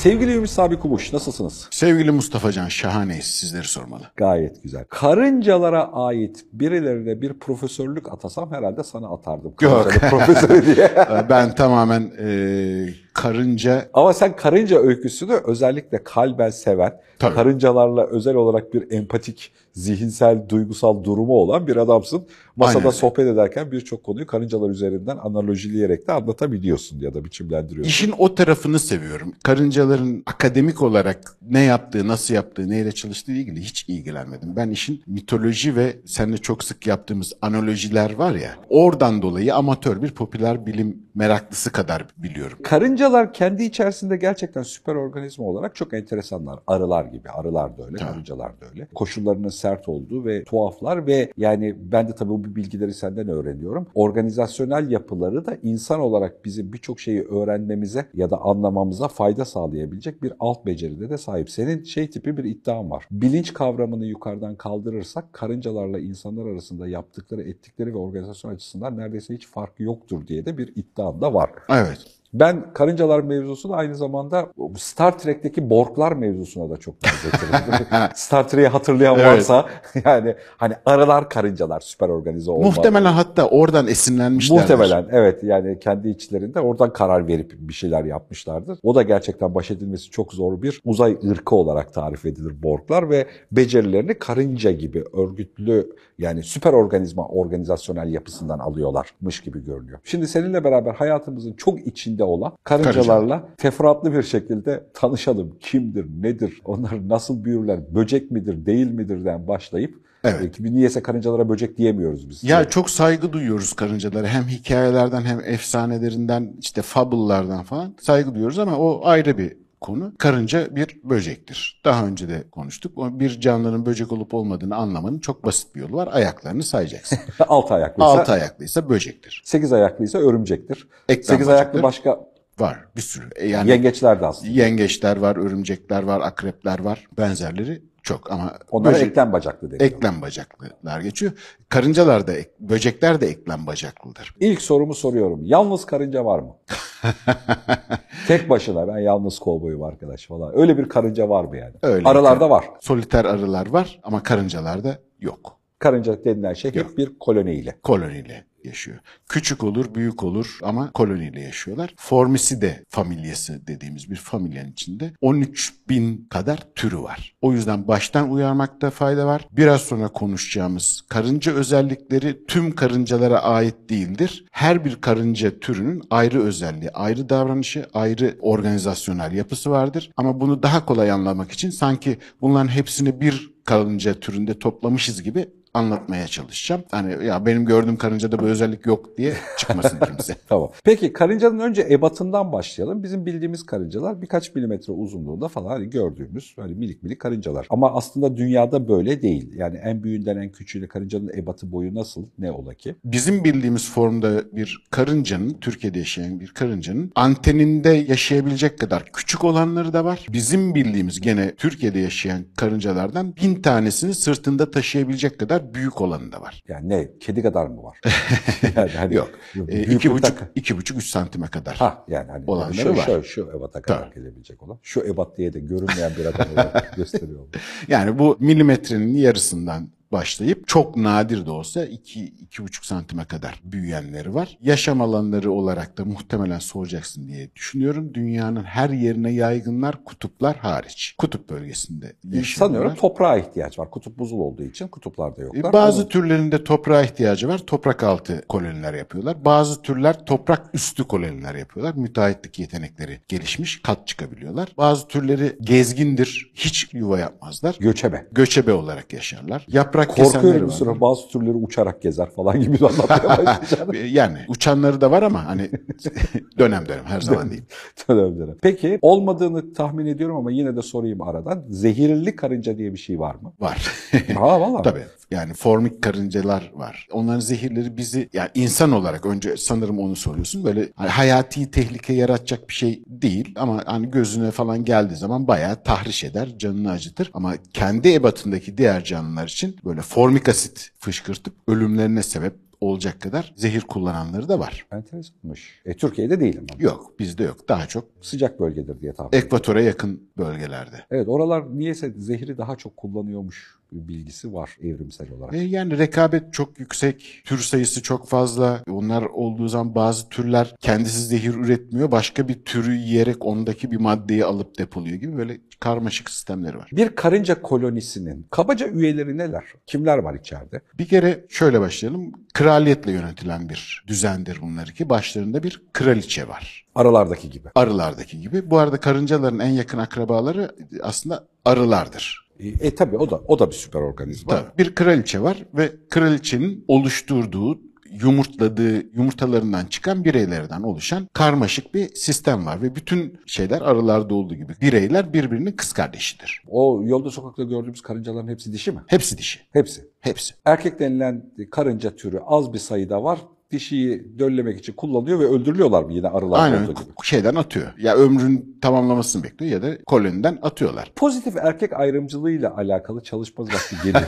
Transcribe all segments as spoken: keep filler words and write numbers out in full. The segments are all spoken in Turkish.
Sevgili Ümit Sabi Kumuş, nasılsınız? Sevgili Mustafa Can, şahaneyiz. Sizleri sormalı. Gayet güzel. Karıncalara ait birilerine bir profesörlük atasam herhalde sana atardım. Yok. Profesörü diye. Ben tamamen e, karınca... Ama sen karınca öyküsünü özellikle kalben seven, Tabii. karıncalarla özel olarak bir empatik, zihinsel, duygusal durumu olan bir adamsın. Masada Aynen. sohbet ederken birçok konuyu karıncalar üzerinden analojileyerek de anlatabiliyorsun ya da biçimlendiriyorsun. İşin o tarafını seviyorum. Karıncaların akademik olarak ne yaptığı, nasıl yaptığı, neyle çalıştığı ile ilgili hiç ilgilenmedim. Ben işin mitoloji ve seninle çok sık yaptığımız analojiler var ya, oradan dolayı amatör bir popüler bilim meraklısı kadar biliyorum. Karıncalar kendi içerisinde gerçekten süper organizma olarak çok enteresanlar. Arılar gibi. Arılar da öyle, Tabii. karıncalar da öyle. Koşullarının sert olduğu ve tuhaflar ve yani ben de tabii bu bilgileri senden öğreniyorum. Organizasyonel yapıları da insan olarak bizim birçok şeyi öğrenmemize ya da anlamamıza fayda sağlayabilecek bir alt beceride de sahip. Senin şey tipi bir iddian var. Bilinç kavramını yukarıdan kaldırırsak karıncalarla insanlar arasında yaptıkları, ettikleri ve organizasyon açısından neredeyse hiç farkı yoktur diye de bir iddian da var. Evet. Ben karıncalar mevzusunu aynı zamanda Star Trek'teki Borg'lar mevzusuna da çok benzetirim. Star Trek'i hatırlayan Evet. varsa yani hani arılar karıncalar süper organize olma. Muhtemelen hatta oradan esinlenmişlerdir. Muhtemelen evet, yani kendi içlerinde oradan karar verip bir şeyler yapmışlardır. O da gerçekten baş edilmesi çok zor bir uzay ırkı olarak tarif edilir Borg'lar ve becerilerini karınca gibi örgütlü yani süper organizma organizasyonel yapısından alıyorlarmış gibi görünüyor. Şimdi seninle beraber hayatımızın çok içinde olan karıncalarla Karınca. teferruatlı bir şekilde tanışalım. Kimdir, nedir, onlar nasıl büyürler, böcek midir, değil midirden başlayıp Evet. niyeyse karıncalara böcek diyemiyoruz biz. Ya çok saygı duyuyoruz karıncalara. Hem hikayelerden hem efsanelerinden işte fable'lardan falan saygı duyuyoruz ama o ayrı bir konu. Karınca bir böcektir. Daha önce de konuştuk. O bir canlının böcek olup olmadığını anlamanın çok basit bir yolu var. Ayaklarını sayacaksın. Altı ayaklıysa. Altı ayaklıysa böcektir. Sekiz ayaklıysa örümcektir. Eklem Sekiz bacaktır. ayaklı başka Var bir sürü. E Yani yengeçler de aslında. yengeçler var, örümcekler var, akrepler var. Benzerleri çok ama Onlara böcek- eklem bacaklı deniyor. eklem bacaklılar geçiyor. Karıncalar da, ek- böcekler de eklem bacaklıdır. İlk sorumu soruyorum. Yalnız karınca var mı? Tek başına ben yalnız kovboyum arkadaş falan. Öyle bir karınca var mı yani? Öyle Aralarda var. Soliter arılar var ama karıncalarda yok. Karınca denilen şey Yok. hep bir koloniyle. Koloniyle yaşıyor. Küçük olur, büyük olur ama koloniyle yaşıyorlar. Formicidae familyası dediğimiz bir familyanın içinde on üç bin kadar türü var. O yüzden baştan uyarmakta fayda var. Biraz sonra konuşacağımız karınca özellikleri tüm karıncalara ait değildir. Her bir karınca türünün ayrı özelliği, ayrı davranışı, ayrı organizasyonel yapısı vardır. Ama bunu daha kolay anlamak için sanki bunların hepsini bir karınca türünde toplamışız gibi anlatmaya çalışacağım. Hani ya benim gördüğüm karıncada bu özellik yok diye çıkmasın kimse. Tamam. Peki karıncanın önce ebatından başlayalım. Bizim bildiğimiz karıncalar birkaç milimetre uzunluğunda falan hani gördüğümüz hani minik minik karıncalar. Ama aslında dünyada böyle değil. Yani en büyüğünden en küçüğüne karıncanın ebatı boyu nasıl? Ne ola ki? Bizim bildiğimiz formda bir karıncanın, Türkiye'de yaşayan bir karıncanın anteninde yaşayabilecek kadar küçük olanları da var. Bizim bildiğimiz gene Türkiye'de yaşayan karıncalardan bin tanesini sırtında taşıyabilecek kadar büyük olanı da var. Yani ne? Kedi kadar mı var? yani hani Yok. E, iki buçuk, iki buçuk, üç santime kadar. Ha yani hani olanları şu, var. Şu, şu ebata kadar Tabii. gelebilecek olan. Şu ebat diye de görünmeyen bir adam olarak gösteriyor. Yani bu milimetrenin yarısından başlayıp çok nadir de olsa iki iki buçuk santime kadar büyüyenleri var. Yaşam alanları olarak da muhtemelen soracaksın diye düşünüyorum. Dünyanın her yerine yaygınlar, kutuplar hariç. Kutup bölgesinde yaşıyorlar. Sanıyorum toprağa ihtiyaç var. Kutup buzul olduğu için kutuplarda yoklar. Bazı Onun... türlerinde toprağa ihtiyacı var. Toprak altı koloniler yapıyorlar. Bazı türler toprak üstü koloniler yapıyorlar. Müteahhitlik yetenekleri gelişmiş, kat çıkabiliyorlar. Bazı türleri gezgindir. Hiç yuva yapmazlar. Göçebe. Göçebe olarak yaşarlar. Yaprak Korkuyorum kesenleri bir var. süre bazı türleri uçarak gezer falan gibi anlatmaya başlayacağım. Yani uçanları da var ama hani dönem dönem her zaman değil. dönem dönem. Peki olmadığını tahmin ediyorum ama yine de sorayım aradan. Zehirli karınca diye bir şey var mı? Var. Ha valla. Tabii. Yani formik karıncalar var. Onların zehirleri bizi yani insan olarak önce sanırım onu soruyorsun. Böyle hani hayati tehlike yaratacak bir şey değil ama hani gözüne falan geldiği zaman bayağı tahriş eder, canını acıtır. Ama kendi ebatındaki diğer canlılar için böyle formik asit fışkırtıp ölümlerine sebep olacak kadar zehir kullananları da var. Enteresanmış. E, Türkiye'de değil ama. Yok, bizde yok. Daha çok Sıcak bölgedir diye tahmin ediyorum. ekvatora yakın bölgelerde. Evet, oralar niyeyse zehri daha çok kullanıyormuş bir bilgisi var evrimsel olarak. E yani rekabet çok yüksek, tür sayısı çok fazla. Onlar olduğu zaman bazı türler kendisi zehir üretmiyor. Başka bir türü yiyerek ondaki bir maddeyi alıp depoluyor gibi böyle karmaşık sistemleri var. Bir karınca kolonisinin kabaca üyeleri neler? Kimler var içeride? Bir kere şöyle başlayalım. Kraliyetle yönetilen bir düzendir bunlar ki başlarında bir kraliçe var. Aralardaki gibi. Arılardaki gibi. Bu arada karıncaların en yakın akrabaları aslında arılardır. E, e tabii o da o da bir süper organizma. Tabii. Bir kraliçe var ve kraliçenin oluşturduğu, yumurtladığı, yumurtalarından çıkan bireylerden oluşan karmaşık bir sistem var ve bütün şeyler arılarda olduğu gibi bireyler birbirinin kız kardeşidir. O yolda sokakta gördüğümüz karıncaların hepsi dişi mi? Hepsi dişi. Hepsi. Hepsi. Erkek denilen karınca türü az bir sayıda var. Dişiyi döllemek için kullanıyor ve öldürülüyorlar mı yine arılar Aynen olduğu gibi? şeyden atıyor. Ya ömrün tamamlamasını bekliyor ya da koloniden atıyorlar. Pozitif erkek ayrımcılığıyla alakalı çalışma vakti geliyor.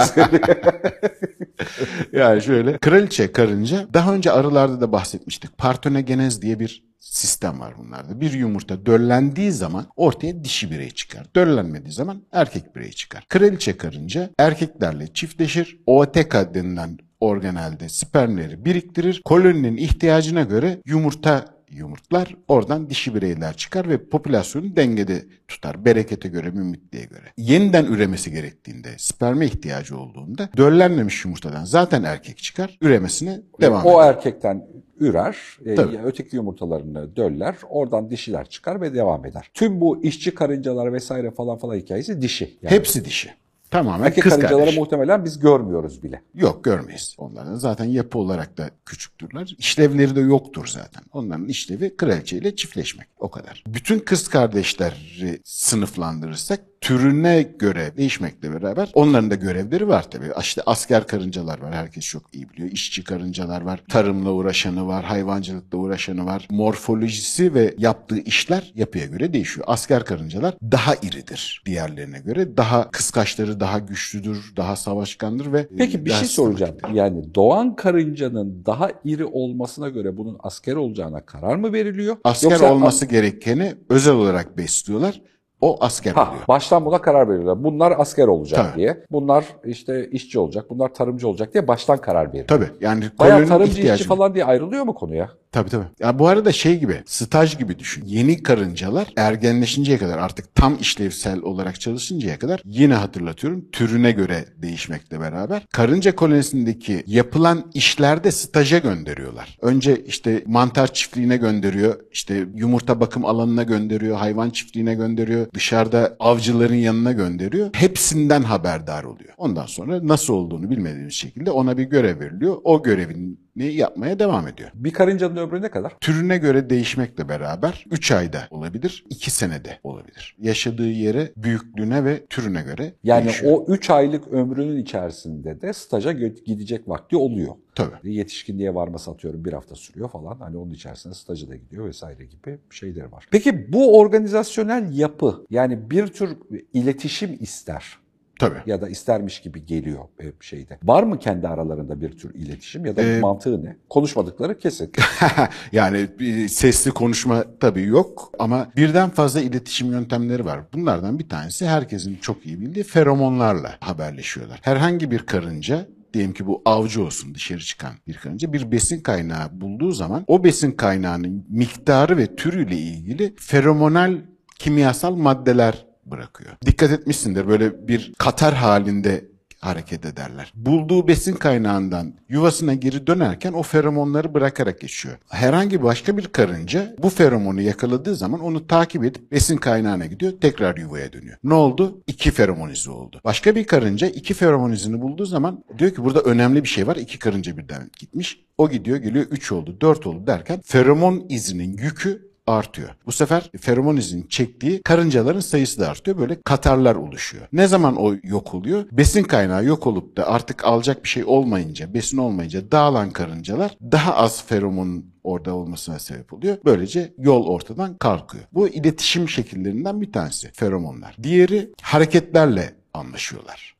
Yani şöyle kraliçe karınca daha önce arılarda da bahsetmiştik. Partenogenez diye bir sistem var bunlarda. Bir yumurta döllendiği zaman ortaya dişi birey çıkar. Döllenmediği zaman erkek birey çıkar. Kraliçe karınca erkeklerle çiftleşir. Ootheca denilen organelde spermleri biriktirir. Koloninin ihtiyacına göre yumurta yumurtlar, oradan dişi bireyler çıkar ve popülasyonu dengede tutar. Berekete göre, mümmitliğe göre. Yeniden üremesi gerektiğinde, sperme ihtiyacı olduğunda döllenmemiş yumurtadan zaten erkek çıkar, üremesine devam eder. O erkekten ürer, e, Tabii. öteki yumurtalarını döller, oradan dişiler çıkar ve devam eder. Tüm bu işçi karıncalar vesaire falan falan hikayesi dişi. Yani Hepsi dişi. Tamamen erkek kız karıncaları kardeş. muhtemelen biz görmüyoruz bile. Yok, görmeyiz. Onların zaten yapı olarak da küçüktürler. İşlevleri de yoktur zaten. Onların işlevi kraliçeyle çiftleşmek. O kadar. Bütün kız kardeşleri sınıflandırırsak türüne göre değişmekle beraber onların da görevleri var tabii. İşte asker karıncalar var. Herkes çok iyi biliyor. İşçi karıncalar var. Tarımla uğraşanı var. Hayvancılıkla uğraşanı var. Morfolojisi ve yaptığı işler yapıya göre değişiyor. Asker karıncalar daha iridir diğerlerine göre. Daha kıskaçları daha güçlüdür. Daha savaşkandır ve Peki bir daha şey soracağım. sistematiktir. Yani doğan karıncanın daha iri olmasına göre bunun asker olacağına karar mı veriliyor? Asker Yoksa olması gerekeni özel olarak besliyorlar. O asker Ha, oluyor. baştan buna karar veriyorlar. Bunlar asker olacak Tabii. diye. Bunlar işte işçi olacak. Bunlar tarımcı olacak diye baştan karar veriyor. Tabii. Yani Bayağı koloninin tarımcı işçi ihtiyacı. falan diye ayrılıyor mu konuya? Tabii tabii. Ya bu arada şey gibi, staj gibi düşün. Yeni karıncalar ergenleşinceye kadar artık tam işlevsel olarak çalışıncaya kadar yine hatırlatıyorum türüne göre değişmekle beraber karınca kolonisindeki yapılan işlerde staja gönderiyorlar. Önce işte mantar çiftliğine gönderiyor, işte yumurta bakım alanına gönderiyor, hayvan çiftliğine gönderiyor, dışarıda avcıların yanına gönderiyor. Hepsinden haberdar oluyor. Ondan sonra nasıl olduğunu bilmediğimiz şekilde ona bir görev veriliyor. O görevin ne yapmaya devam ediyor. Bir karıncanın ömrü ne kadar? Türüne göre değişmekle beraber üç ayda olabilir, iki senede olabilir. Yaşadığı yere, büyüklüğüne ve türüne göre Yani değişiyor. o üç aylık ömrünün içerisinde de staja gö- gidecek vakti oluyor. Tabii. Yetişkinliğe varması atıyorum bir hafta sürüyor falan. Hani onun içerisinde staja da gidiyor vesaire gibi şeyler var. Peki bu organizasyonel yapı yani bir tür iletişim ister. Tabii. Ya da istermiş gibi geliyor e, şeyde. Var mı kendi aralarında bir tür iletişim ya da Ee, mantığı ne? Konuşmadıkları kesin. Yani bir sesli konuşma tabii yok ama birden fazla iletişim yöntemleri var. Bunlardan bir tanesi herkesin çok iyi bildiği feromonlarla haberleşiyorlar. Herhangi bir karınca, diyelim ki bu avcı olsun, dışarı çıkan bir karınca bir besin kaynağı bulduğu zaman o besin kaynağının miktarı ve türüyle ilgili feromonal kimyasal maddeler bırakıyor. Dikkat etmişsindir, böyle bir katar halinde hareket ederler. Bulduğu besin kaynağından yuvasına geri dönerken o feromonları bırakarak geçiyor. Herhangi başka bir karınca bu feromonu yakaladığı zaman onu takip edip besin kaynağına gidiyor, tekrar yuvaya dönüyor. Ne oldu? İki feromon izi oldu. Başka bir karınca iki feromon izini bulduğu zaman diyor ki burada önemli bir şey var. İki karınca birden gitmiş. O gidiyor, geliyor, üç oldu, dört oldu derken feromon izinin yükü artıyor. Bu sefer feromon izinin çektiği karıncaların sayısı da artıyor. Böyle katarlar oluşuyor. Ne zaman o yok oluyor? Besin kaynağı yok olup da artık alacak bir şey olmayınca, besin olmayınca dağılan karıncalar daha az feromonun orada olmasına sebep oluyor. Böylece yol ortadan kalkıyor. Bu iletişim şekillerinden bir tanesi feromonlar. Diğeri hareketlerle anlaşıyorlar.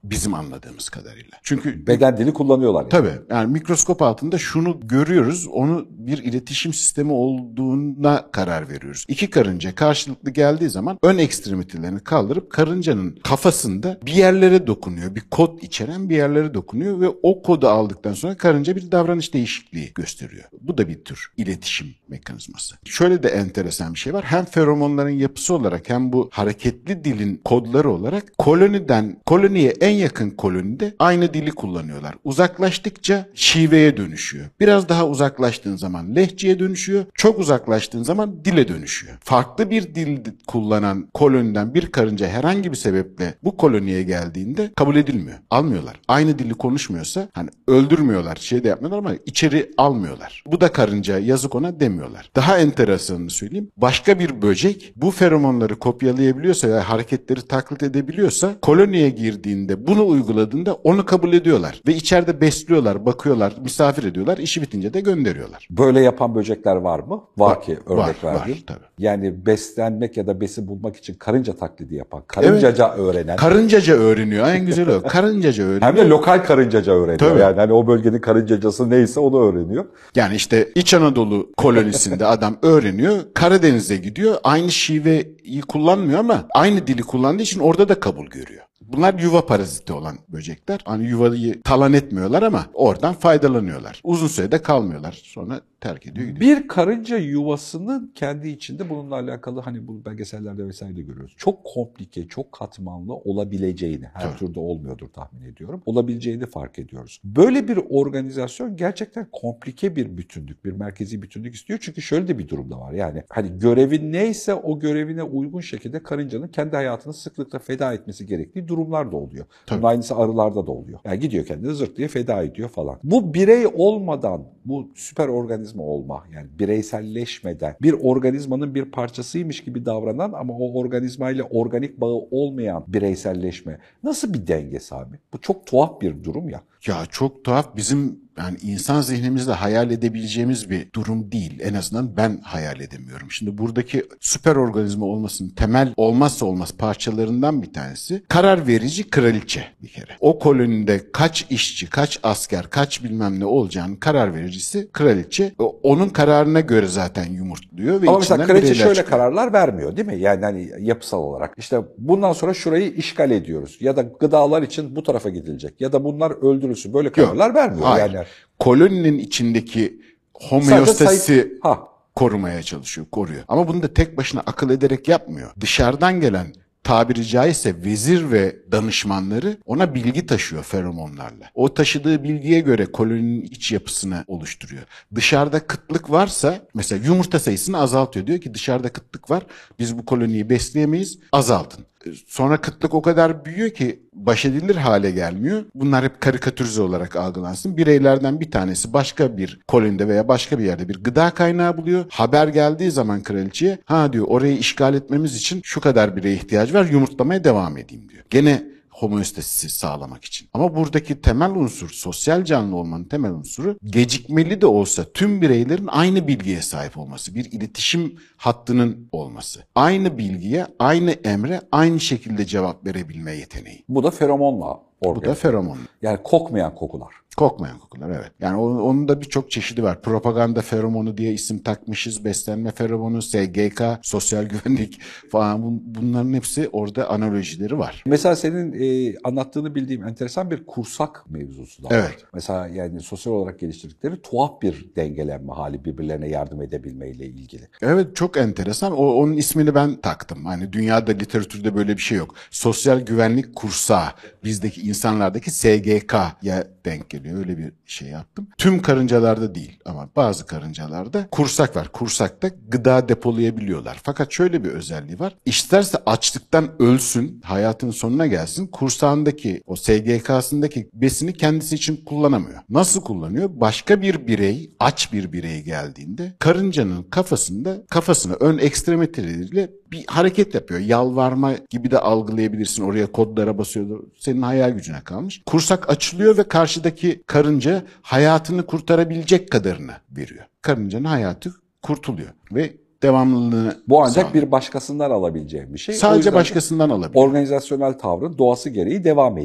Bizim anladığımız kadarıyla. Çünkü Beden dili kullanıyorlar. Yani. Tabii. Yani mikroskop altında şunu görüyoruz. Onu bir iletişim sistemi olduğuna karar veriyoruz. İki karınca karşılıklı geldiği zaman ön ekstremitelerini kaldırıp karıncanın kafasında bir yerlere dokunuyor. Bir kod içeren bir yerlere dokunuyor ve o kodu aldıktan sonra karınca bir davranış değişikliği gösteriyor. Bu da bir tür iletişim mekanizması. Şöyle de enteresan bir şey var. Hem feromonların yapısı olarak hem bu hareketli dilin kodları olarak koloniden koloniye en yakın kolonide aynı dili kullanıyorlar. Uzaklaştıkça şiveye dönüşüyor. Biraz daha uzaklaştığın zaman lehçeye dönüşüyor. Çok uzaklaştığın zaman dile dönüşüyor. Farklı bir dil kullanan koloniden bir karınca herhangi bir sebeple bu koloniye geldiğinde kabul edilmiyor. Almıyorlar. Aynı dili konuşmuyorsa hani öldürmüyorlar, şey de yapmıyorlar ama içeri almıyorlar. Bu da karınca, yazık ona demiyorlar. Daha enteresanını söyleyeyim. Başka bir böcek bu feromonları kopyalayabiliyorsa ve hareketleri taklit edebiliyorsa koloniye girdiğinde bunu uyguladığında onu kabul ediyorlar. Ve içeride besliyorlar, bakıyorlar, misafir ediyorlar. İşi bitince de gönderiyorlar. Böyle yapan böcekler var mı? Var, Var ki örnek var, verdiğim. var, tabii. Yani beslenmek ya da besi bulmak için karınca taklidi yapan, karıncaca evet. öğrenen. Karıncaca öğreniyor. En güzeli o. Karıncaca öğreniyor. Hem de lokal karıncaca öğreniyor. Tabii. Yani hani o bölgenin karıncacası neyse onu öğreniyor. Yani işte İç Anadolu kolonisinde adam öğreniyor. Karadeniz'e gidiyor. Aynı şiveyi kullanmıyor ama aynı dili kullandığı için orada da kabul görüyor. Bunlar yuva paraziti olan böcekler. Hani yuvayı talan etmiyorlar ama oradan faydalanıyorlar. Uzun sürede kalmıyorlar. Sonra terk ediyor gidiyor. Bir karınca yuvasının kendi içinde bununla alakalı hani bu belgesellerde vesaire de görüyoruz. Çok komplike, çok katmanlı olabileceğini, her Tabii. türde olmuyordur tahmin ediyorum. Olabileceğini fark ediyoruz. Böyle bir organizasyon gerçekten komplike bir bütünlük, bir merkezi bütünlük istiyor. Çünkü şöyle de bir durum da var. Yani hani görevin neyse o görevine uygun şekilde karıncanın kendi hayatını sıklıkla feda etmesi gerektiği durumlar da oluyor. Tabii. Bunun aynısı arılarda da oluyor. Yani gidiyor kendini zırt diye feda ediyor falan. Bu birey olmadan, bu süper organizma olma, yani bireyselleşmeden bir organizmanın bir parçasıymış gibi davranan ama o organizmayla organik bağı olmayan bireyselleşme nasıl bir denge abi? Bu çok tuhaf bir durum ya. Ya çok tuhaf. Bizim yani insan zihnimizde hayal edebileceğimiz bir durum değil. En azından ben hayal edemiyorum. Şimdi buradaki süper organizma olmasının temel olmazsa olmaz parçalarından bir tanesi karar verici kraliçe bir kere. O kolonide kaç işçi, kaç asker, kaç bilmem ne olacağını karar vericisi kraliçe. Onun kararına göre zaten yumurtluyor. Ve ama mesela kraliçe şöyle çıkıyor. kararlar vermiyor değil mi? Yani hani yapısal olarak. İşte bundan sonra şurayı işgal ediyoruz. Ya da gıdalar için bu tarafa gidilecek. Ya da bunlar öldürülsün. Böyle kararlar Yok, vermiyor. Hayır. Yani koloninin içindeki homeostasi korumaya çalışıyor, koruyor. Ama bunu da tek başına akıl ederek yapmıyor. Dışarıdan gelen tabiri caizse vezir ve danışmanları ona bilgi taşıyor feromonlarla. O taşıdığı bilgiye göre koloninin iç yapısını oluşturuyor. Dışarıda kıtlık varsa mesela yumurta sayısını azaltıyor. Diyor ki dışarıda kıtlık var, biz bu koloniyi besleyemeyiz, azaltın. Sonra kıtlık o kadar büyüyor ki baş edilir hale gelmiyor. Bunlar hep karikatürize olarak algılansın. Bireylerden bir tanesi başka bir kolonide veya başka bir yerde bir gıda kaynağı buluyor. Haber geldiği zaman kraliçeye ha diyor orayı işgal etmemiz için şu kadar bireye ihtiyaç var, yumurtlamaya devam edeyim diyor. Gene homeostasisi sağlamak için. Ama buradaki temel unsur, sosyal canlı olmanın temel unsuru gecikmeli de olsa tüm bireylerin aynı bilgiye sahip olması, bir iletişim hattının olması. Aynı bilgiye, aynı emre aynı şekilde cevap verebilme yeteneği. Bu da feromonla Bu da feromon. Yani kokmayan kokular. Kokmayan kokular, evet. Yani onun da birçok çeşidi var. Propaganda feromonu diye isim takmışız. Beslenme feromonu, S G K, sosyal güvenlik falan, bunların hepsi orada analojileri var. Mesela senin e, anlattığını bildiğim enteresan bir kursak mevzusu da var. Evet. Mesela yani sosyal olarak geliştirdikleri tuhaf bir dengelenme hali, birbirlerine yardım edebilmeyle ilgili. Evet, çok enteresan. O, onun ismini ben taktım. Hani dünyada, literatürde böyle bir şey yok. Sosyal güvenlik kursağı. Bizdeki insanlardaki S G K'ya denk geliyor. Öyle bir şey yaptım. Tüm karıncalarda değil ama bazı karıncalarda kursak var. Kursakta gıda depolayabiliyorlar. Fakat şöyle bir özelliği var. İsterse açlıktan ölsün, hayatının sonuna gelsin. Kursağındaki, o S G K'sındaki besini kendisi için kullanamıyor. Nasıl kullanıyor? Başka bir birey, aç bir birey geldiğinde karıncanın kafasında, kafasına ön ekstremiteleriyle bir hareket yapıyor. Yalvarma gibi de algılayabilirsin. Oraya kodlara basıyor. Senin hayal gücüne kalmış. Kursak açılıyor ve karşıdaki karınca hayatını kurtarabilecek kadarını veriyor. Karıncanın hayatı kurtuluyor ve devamlılığını bu ancak sağlıyor. Bir başkasından alabileceğim bir şey. Sadece başkasından alabiliyor. Organizasyonel tavrın doğası gereği devam ediyor.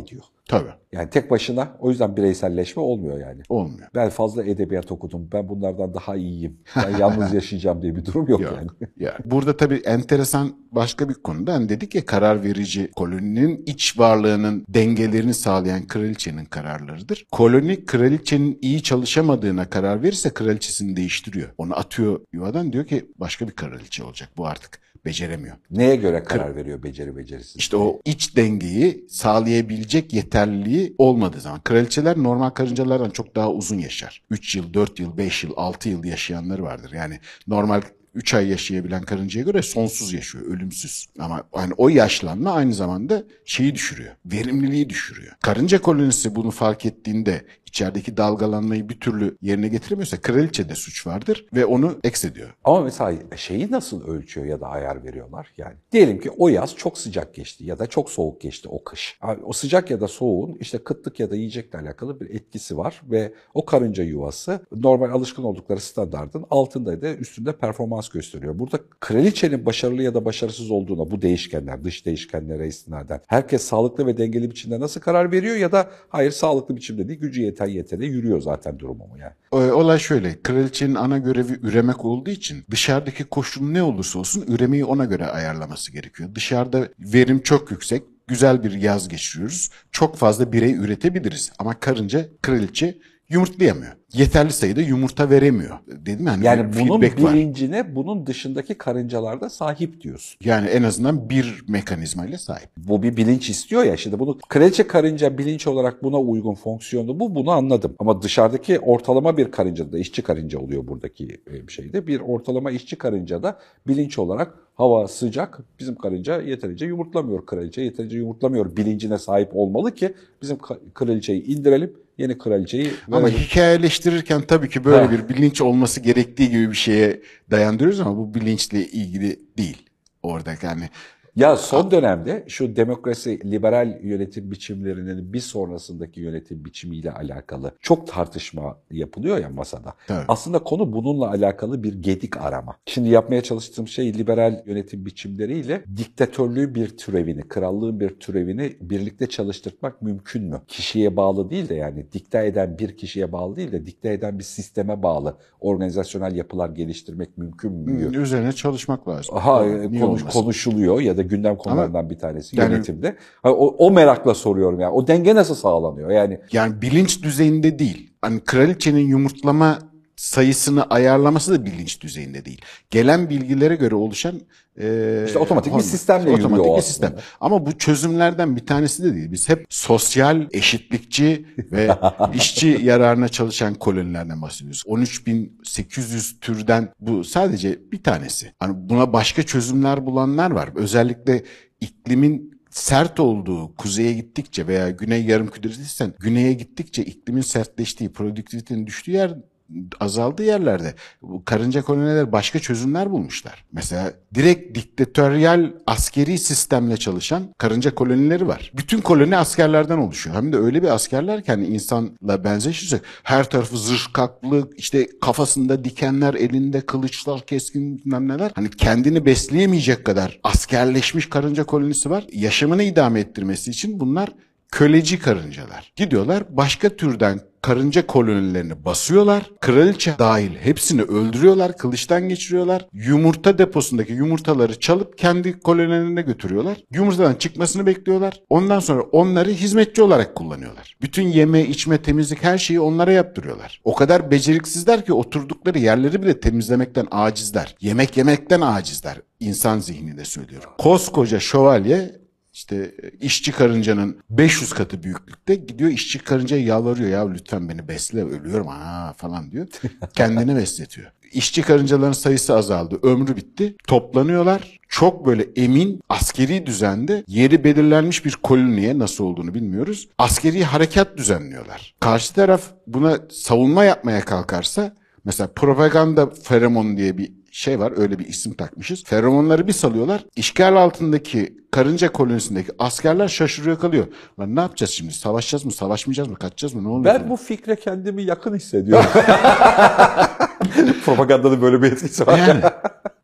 Tabii. Yani tek başına o yüzden bireyselleşme olmuyor yani. Olmuyor. Ben fazla edebiyat okudum, ben bunlardan daha iyiyim, ben yalnız yaşayacağım diye bir durum yok, Yok. yani. Yani. Burada tabii enteresan başka bir konuda hani dedik ya, karar verici koloninin iç varlığının dengelerini sağlayan kraliçenin kararlarıdır. Koloni kraliçenin iyi çalışamadığına karar verirse kraliçesini değiştiriyor. Onu atıyor yuvadan, diyor ki başka bir kraliçe olacak. Bu artık beceremiyor. Neye göre karar veriyor beceri becerisiz? İşte o iç dengeyi sağlayabilecek yeterliliği olmadığı zaman. Kraliçeler normal karıncalardan çok daha uzun yaşar. üç yıl, dört yıl, beş yıl, altı yıl yaşayanları vardır. Yani normal üç ay yaşayabilen karıncaya göre sonsuz yaşıyor, ölümsüz. Ama hani o yaşlanma aynı zamanda şeyi düşürüyor, verimliliği düşürüyor. Karınca kolonisi bunu fark ettiğinde içerideki dalgalanmayı bir türlü yerine getiremiyorsa kraliçede suç vardır ve onu eks ediyor. Ama mesela şeyi nasıl ölçüyor ya da ayar veriyorlar? Yani diyelim ki o yaz çok sıcak geçti ya da çok soğuk geçti o kış. O sıcak ya da soğuğun işte kıtlık ya da yiyecekle alakalı bir etkisi var ve o karınca yuvası normal alışkın oldukları standardın altında da üstünde performans gösteriyor. Burada kraliçenin başarılı ya da başarısız olduğuna bu değişkenler, dış değişkenlere istinaden herkes sağlıklı ve dengeli biçimde nasıl karar veriyor ya da hayır sağlıklı biçimde değil, gücü yeten yetene yürüyor zaten durumu mu yani? Olay şöyle, kraliçenin ana görevi üremek olduğu için dışarıdaki koşul ne olursa olsun üremeyi ona göre ayarlaması gerekiyor. Dışarıda verim çok yüksek, güzel bir yaz geçiriyoruz. Çok fazla birey üretebiliriz ama karınca, kraliçe yumurtlayamıyor. Yeterli sayıda yumurta veremiyor. Dedim yani, yani bunun bilincine var. Bunun dışındaki karıncalarda sahip diyorsun. Yani en azından bir mekanizmayla sahip. Bu bir bilinç istiyor ya, şimdi bunu kraliçe karınca bilinç olarak buna uygun fonksiyonu bu, bunu anladım. Ama dışarıdaki ortalama bir karınca da işçi karınca oluyor buradaki bir şeyde. Bir ortalama işçi karınca da bilinç olarak hava sıcak, bizim karınca yeterince yumurtlamıyor, kraliçe yeterince yumurtlamıyor bilincine sahip olmalı ki bizim kraliçeyi indirelim, yeni kraliçeyi ama verelim. Hikayeleştirirken tabii ki böyle bir bilinç olması gerektiği gibi bir şeye dayandırıyoruz ama bu bilinçle ilgili değil. Orada yani ya son dönemde şu demokrasi, liberal yönetim biçimlerinin bir sonrasındaki yönetim biçimiyle alakalı çok tartışma yapılıyor ya masada. Evet. Aslında konu bununla alakalı bir gedik arama. Şimdi yapmaya çalıştığım şey liberal yönetim biçimleriyle diktatörlüğün bir türevini, krallığın bir türevini birlikte çalıştırmak mümkün mü? Kişiye bağlı değil de, yani dikte eden bir kişiye bağlı değil de dikte eden bir sisteme bağlı organizasyonel yapılar geliştirmek mümkün mü? Hmm, üzerine çalışmak lazım. Aha, konuş, konuşuluyor ya da gündem konularından ama bir tanesi yani, yönetimde. O, o merakla soruyorum yani. O denge nasıl sağlanıyor? Yani yani bilinç düzeyinde değil. Hani kraliçenin yumurtlama sayısını ayarlaması da bilinç düzeyinde değil. Gelen bilgilere göre oluşan e, işte otomatik hormon, bir sistemle otomatik yürüyor bir o sistem. aslında. Ama bu çözümlerden bir tanesi de değil. Biz hep sosyal, eşitlikçi ve işçi yararına çalışan kolonilerden bahsediyoruz. on üç bin sekiz yüz türden bu sadece bir tanesi. Hani buna başka çözümler bulanlar var. Özellikle iklimin sert olduğu, kuzeye gittikçe veya güney yarımküredeysen güneye gittikçe iklimin sertleştiği, produktivitenin düştüğü yer azaldığı yerlerde bu karınca koloniler başka çözümler bulmuşlar. Mesela direkt diktatöryal askeri sistemle çalışan karınca kolonileri var. Bütün koloni askerlerden oluşuyor. Hem de öyle bir askerler ki hani insanla benzeşirsek her tarafı zırh kaplı, işte kafasında dikenler, elinde kılıçlar, keskin bilmem neler. Hani kendini besleyemeyecek kadar askerleşmiş karınca kolonisi var. Yaşamını idame ettirmesi için bunlar köleci karıncalar. Gidiyorlar başka türden karınca kolonilerini basıyorlar. Kraliçe dahil hepsini öldürüyorlar, kılıçtan geçiriyorlar. Yumurta deposundaki yumurtaları çalıp kendi kolonilerine götürüyorlar. Yumurtadan çıkmasını bekliyorlar. Ondan sonra onları hizmetçi olarak kullanıyorlar. Bütün yeme, içme, temizlik her şeyi onlara yaptırıyorlar. O kadar beceriksizler ki oturdukları yerleri bile temizlemekten acizler. Yemek yemekten acizler. İnsan zihninde söylüyorum. Koskoca şövalye İşte işçi karıncanın beş yüz katı büyüklükte gidiyor, işçi karıncaya yalvarıyor, ya lütfen beni besle, ölüyorum ha falan diyor. Kendini besletiyor. İşçi karıncaların sayısı azaldı, ömrü bitti. Toplanıyorlar. Çok böyle emin askeri düzende yeri belirlenmiş bir koloniye, nasıl olduğunu bilmiyoruz, askeri harekat düzenliyorlar. Karşı taraf buna savunma yapmaya kalkarsa, mesela propaganda feromonu diye bir şey var, öyle bir isim takmışız. Feromonları bir salıyorlar. İşgal altındaki karınca kolonisindeki askerler şaşırıyor kalıyor. Lan ne yapacağız şimdi? Savaşacağız mı? Savaşmayacağız mı? Kaçacağız mı? Ne oluyor? Ben bu fikre kendimi yakın hissediyorum. Propagandanın böyle bir etkisi var. Yani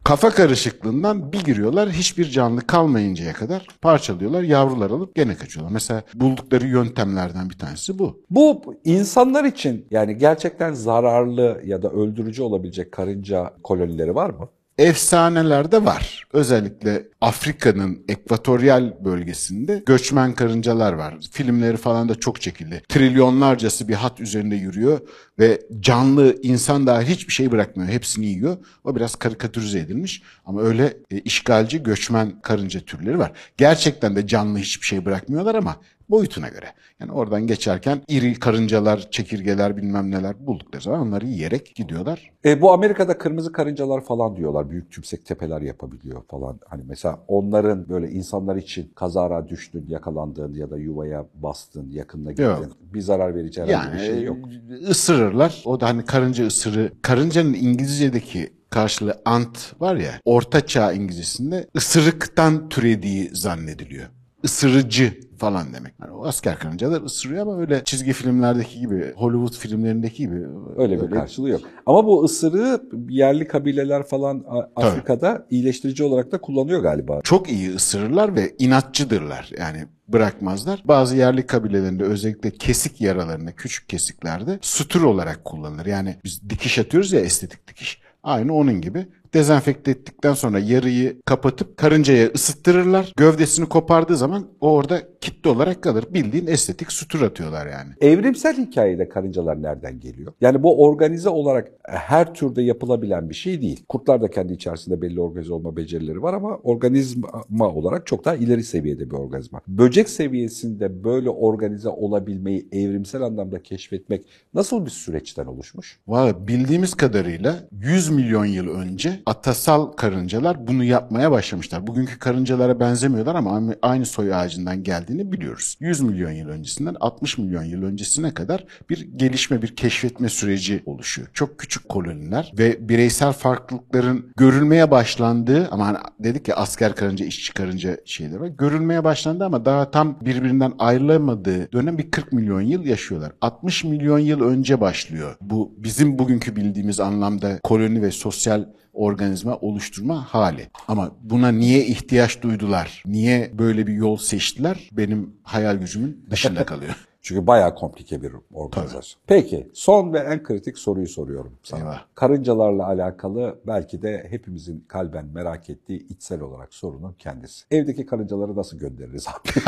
Kafa karışıklığından bir giriyorlar, hiçbir canlı kalmayıncaya kadar parçalıyorlar, yavrular alıp gene kaçıyorlar. Mesela buldukları yöntemlerden bir tanesi bu. Bu insanlar için yani gerçekten zararlı ya da öldürücü olabilecek karınca kolonileri var mı? Efsanelerde var. Özellikle Afrika'nın ekvatoryal bölgesinde göçmen karıncalar var. Filmleri falan da çok çekildi. Trilyonlarcası bir hat üzerinde yürüyor ve canlı insan dahil hiçbir şey bırakmıyor. Hepsini yiyor. O biraz karikatürize edilmiş ama öyle e, işgalci göçmen karınca türleri var. Gerçekten de canlı hiçbir şey bırakmıyorlar ama boyutuna göre. Yani oradan geçerken iri karıncalar, çekirgeler bilmem neler buldukları zaman onları yiyerek gidiyorlar. E, bu Amerika'da kırmızı karıncalar falan diyorlar. Büyük tümsek tepeler yapabiliyor falan. Hani mesela onların böyle insanlar için kazara düştün, yakalandığın ya da yuvaya bastın, yakınına gittin. Yok. Bir zarar verici herhangi Yani bir şey yok. ısırırlar. O da hani karınca ısırı. Karıncanın İngilizce'deki karşılığı ant var ya, Orta Çağ İngilizcesinde ısırıktan türediği zannediliyor. Isırıcı falan demek. Yani o asker karıncalar ısırıyor ama öyle çizgi filmlerdeki gibi, Hollywood filmlerindeki gibi Öyle bir karşılığı yok. Ama bu ısırığı yerli kabileler falan Afrika'da iyileştirici olarak da kullanıyor galiba. Çok iyi ısırırlar ve inatçıdırlar. Yani bırakmazlar. Bazı yerli kabilelerinde özellikle kesik yaralarında, küçük kesiklerde sutur olarak kullanılır. Yani biz dikiş atıyoruz ya, estetik dikiş. Aynı onun gibi. Dezenfekte ettikten sonra yarıyı kapatıp karıncaya ısıttırırlar. Gövdesini kopardığı zaman o orada kitle olarak kalır. Bildiğin estetik sutur atıyorlar yani. Evrimsel hikayede karıncalar nereden geliyor? Yani bu organize olarak her türde yapılabilen bir şey değil. Kurtlar da kendi içerisinde belli organize olma becerileri var ama organizma olarak çok daha ileri seviyede bir organizma. Böcek seviyesinde böyle organize olabilmeyi evrimsel anlamda keşfetmek nasıl bir süreçten oluşmuş? Vallahi bildiğimiz kadarıyla yüz milyon yıl önce atasal karıncalar bunu yapmaya başlamışlar. Bugünkü karıncalara benzemiyorlar ama aynı soy ağacından geldiğini biliyoruz. yüz milyon yıl öncesinden altmış milyon yıl öncesine kadar bir gelişme, bir keşfetme süreci oluşuyor. Çok küçük koloniler ve bireysel farklılıkların görülmeye başlandığı, ama hani dedik ya asker karınca, işçi karınca şeyleri var. Görülmeye başlandı ama daha tam birbirinden ayrılamadığı dönem bir kırk milyon yıl yaşıyorlar. altmış milyon yıl önce başlıyor bu bizim bugünkü bildiğimiz anlamda koloni ve sosyal organizma oluşturma hali. Ama buna niye ihtiyaç duydular? Niye böyle bir yol seçtiler? Benim hayal gücümün dışında kalıyor. Çünkü bayağı komplike bir organizasyon. Tabii. Peki son ve en kritik soruyu soruyorum sana. Eyvah. Karıncalarla alakalı belki de hepimizin kalben merak ettiği içsel olarak sorunun kendisi. Evdeki karıncaları nasıl göndeririz abi?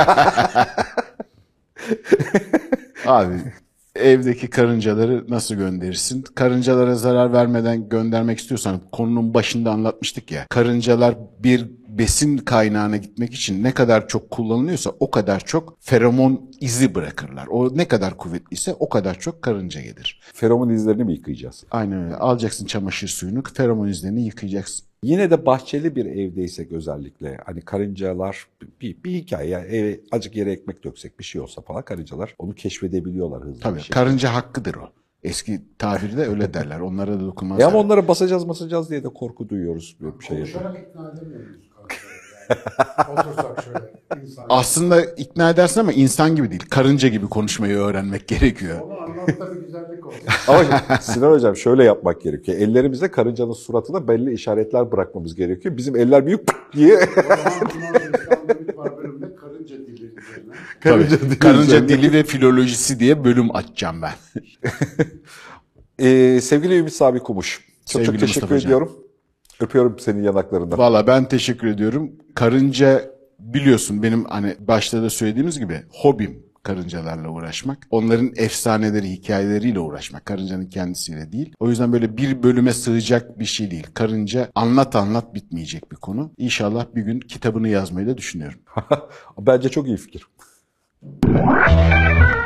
Abi evdeki karıncaları nasıl gönderirsin? Karıncalara zarar vermeden göndermek istiyorsan, konunun başında anlatmıştık ya. Karıncalar bir besin kaynağına gitmek için ne kadar çok kullanılıyorsa o kadar çok feromon izi bırakırlar. O ne kadar kuvvetliyse o kadar çok karınca gelir. Feromon izlerini mi yıkayacağız? Aynen öyle. Alacaksın çamaşır suyunu, feromon izlerini yıkayacaksın. Yine de bahçeli bir evdeysek özellikle hani karıncalar bir, bir hikaye yani eve azıcık yere ekmek döksek bir şey olsa falan karıncalar onu keşfedebiliyorlar hızlı Tabii, bir şekilde. Karınca hakkıdır o. Eski tabirde öyle derler. Onlara da dokunmazlar. Ya ama onlara basacağız basacağız diye de korku duyuyoruz. Bir şey Konuşarak ikna edemiyoruz karıncaları. Yani otursak şöyle insan. Aslında ikna edersin ama insan gibi değil. Karınca gibi konuşmayı öğrenmek gerekiyor. Onu anlatta bir güzellik olsun. Ama Sinan Hocam şöyle yapmak gerekiyor. Ellerimizde karıncanın suratına belli işaretler bırakmamız gerekiyor. Bizim eller büyük diye. O zaman bunlar İstanbul var bölümde karınca dili üzerine. Karınca, dili, karınca dili ve filolojisi diye bölüm açacağım ben. ee, sevgili Ümit Sami Kumuş. Çok Sevgili çok teşekkür Mustafa ediyorum. Öpüyorum senin yanaklarından. Valla ben teşekkür ediyorum. Karınca biliyorsun benim hani başta da söylediğimiz gibi hobim karıncalarla uğraşmak. Onların efsaneleri, hikayeleriyle uğraşmak. Karıncanın kendisiyle değil. O yüzden böyle bir bölüme sığacak bir şey değil. Karınca anlat anlat bitmeyecek bir konu. İnşallah bir gün kitabını yazmayı da düşünüyorum. Bence çok iyi fikir.